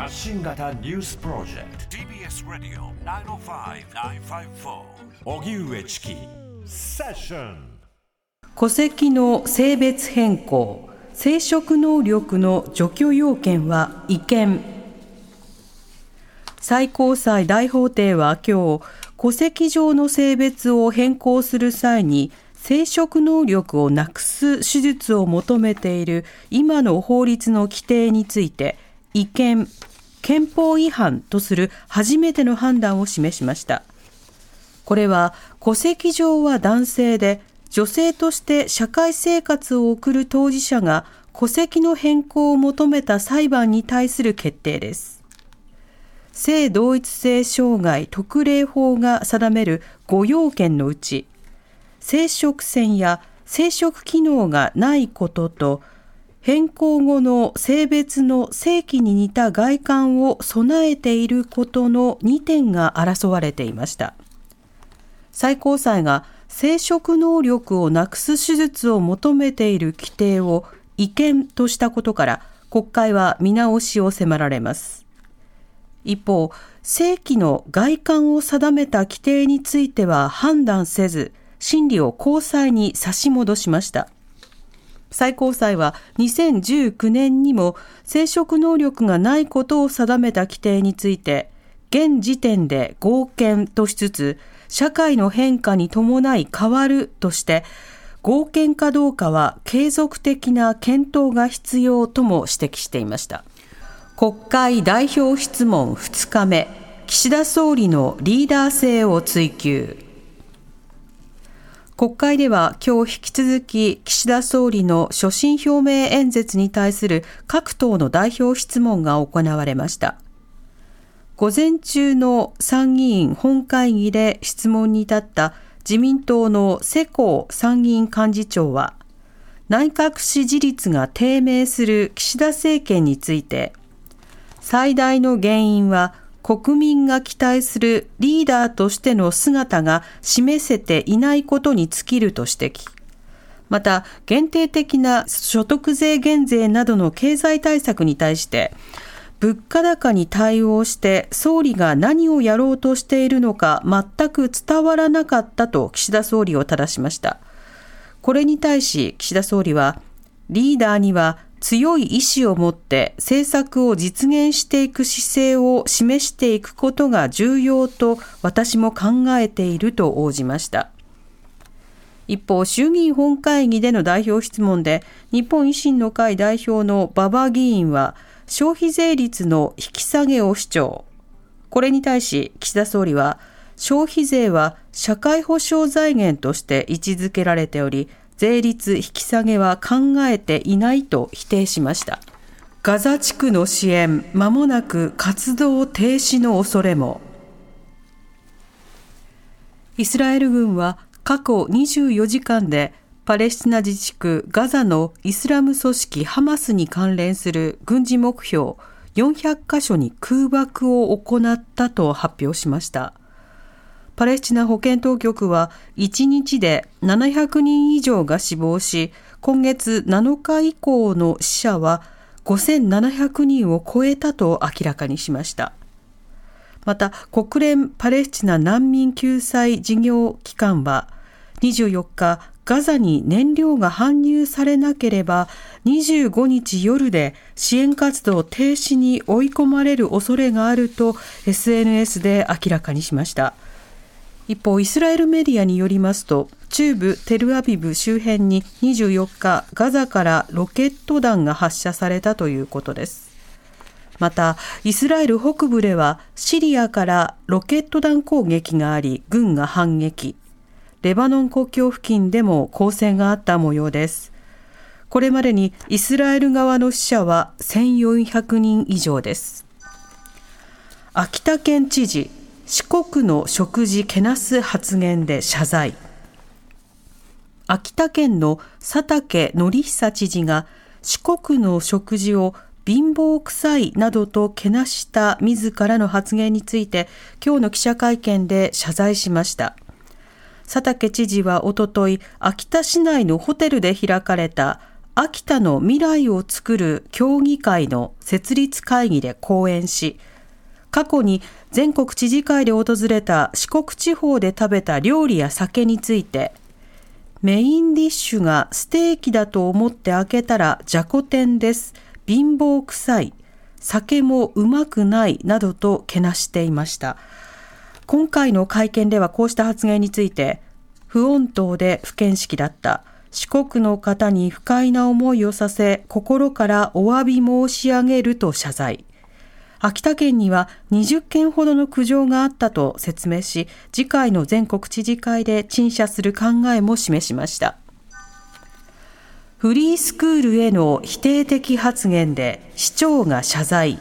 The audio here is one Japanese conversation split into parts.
発信型ニュースプロジェクト TBS ラディオ905-954 荻上チキセッション。 戸籍の性別変更、生殖能力の除去要件は違憲。最高裁大法廷は今日、戸籍上の性別を変更する際に生殖能力をなくす手術を求めている今の法律の規定について違憲、憲法違反とする初めての判断を示しました。これは戸籍上は男性で女性として社会生活を送る当事者が戸籍の変更を求めた裁判に対する決定です。性同一性障害特例法が定める5要件のうち、生殖腺や生殖機能がないことと、変更後の性別の性器に似た外観を備えていることの2点が争われていました。最高裁が生殖能力をなくす手術を求めている規定を違憲としたことから、国会は見直しを迫られます。一方、性器の外観を定めた規定については判断せず、審理を高裁に差し戻しました。最高裁は2019年にも生殖能力がないことを定めた規定について、現時点で合憲としつつ、社会の変化に伴い変わるとして、合憲かどうかは継続的な検討が必要とも指摘していました。国会代表質問2日目、岸田総理のリーダー性を追及。国会では今日引き続き岸田総理の所信表明演説に対する各党の代表質問が行われました。午前中の参議院本会議で質問に立った自民党の世耕参議院幹事長は、内閣支持率が低迷する岸田政権について、最大の原因は国民が期待するリーダーとしての姿が示せていないことに尽きると指摘。また、限定的な所得税減税などの経済対策に対して、物価高に対応して総理が何をやろうとしているのか全く伝わらなかったと岸田総理を正しました。これに対し岸田総理は、リーダーには強い意志を持って政策を実現していく姿勢を示していくことが重要と私も考えていると応じました。一方、衆議院本会議での代表質問で日本維新の会代表の馬場議員は消費税率の引き下げを主張。これに対し岸田総理は、消費税は社会保障財源として位置づけられており、税率引き下げは考えていないと否定しました。ガザ地区の支援、間もなく活動停止の恐れも。イスラエル軍は過去24時間でパレスチナ自治区ガザのイスラム組織ハマスに関連する軍事目標400カ所に空爆を行ったと発表しました。パレスチナ保健当局は1日で700人以上が死亡し、今月7日以降の死者は5700人を超えたと明らかにしました。また、国連パレスチナ難民救済事業機関は24日、ガザに燃料が搬入されなければ25日夜で支援活動停止に追い込まれる恐れがあると SNS で明らかにしました。一方、イスラエルメディアによりますと、中部テルアビブ周辺に24日、ガザからロケット弾が発射されたということです。また、イスラエル北部ではシリアからロケット弾攻撃があり、軍が反撃。レバノン国境付近でも交戦があった模様です。これまでにイスラエル側の死者は1400人以上です。秋田県知事、四国の食事けなす発言で謝罪。秋田県の佐竹敬久知事が四国の食事を貧乏臭いなどとけなした自らの発言について今日の記者会見で謝罪しました。佐竹知事はおととい、秋田市内のホテルで開かれた秋田の未来をつくる協議会の設立会議で講演し、過去に全国知事会で訪れた四国地方で食べた料理や酒について、メインディッシュがステーキだと思って開けたらじゃこ天です。貧乏臭い。酒もうまくないなどとけなしていました。今回の会見ではこうした発言について、不穏当で不見識だった。四国の方に不快な思いをさせ、心からお詫び申し上げると謝罪。秋田県には20件ほどの苦情があったと説明し、次回の全国知事会で陳謝する考えも示しました。フリースクールへの否定的発言で市長が謝罪。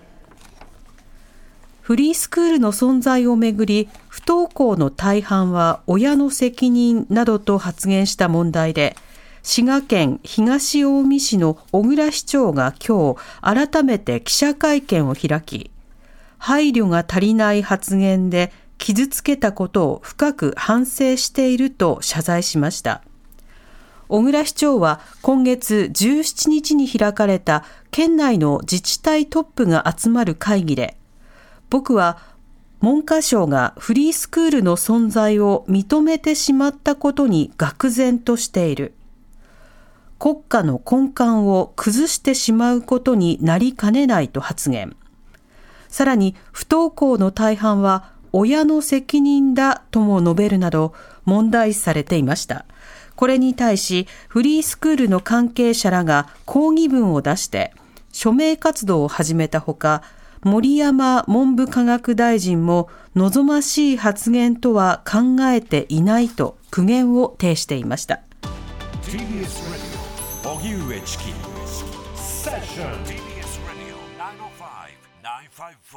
フリースクールの存在をめぐり、不登校の大半は親の責任などと発言した問題で、滋賀県東近江市の小倉市長が今日改めて記者会見を開き、配慮が足りない発言で傷つけたことを深く反省していると謝罪しました。小倉市長は今月17日に開かれた県内の自治体トップが集まる会議で、僕は文科省がフリースクールの存在を認めてしまったことに愕然としている。国家の根幹を崩してしまうことになりかねないと発言。さらに不登校の大半は親の責任だとも述べるなど問題視されていました。これに対しフリースクールの関係者らが抗議文を出して署名活動を始めたほか、森山文部科学大臣も望ましい発言とは考えていないと苦言を呈していました。 TBS Radio 荻上チキセッション TBS Radio 905-954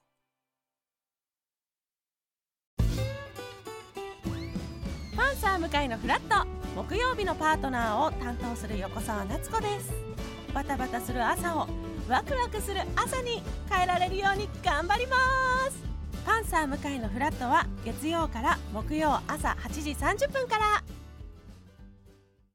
パンサー向井のフラット、木曜日のパートナーを担当する横澤夏子です。バタバタする朝をワクワクする朝に変えられるように頑張ります。パンサー向井のフラットは月曜から木曜朝8時30分から。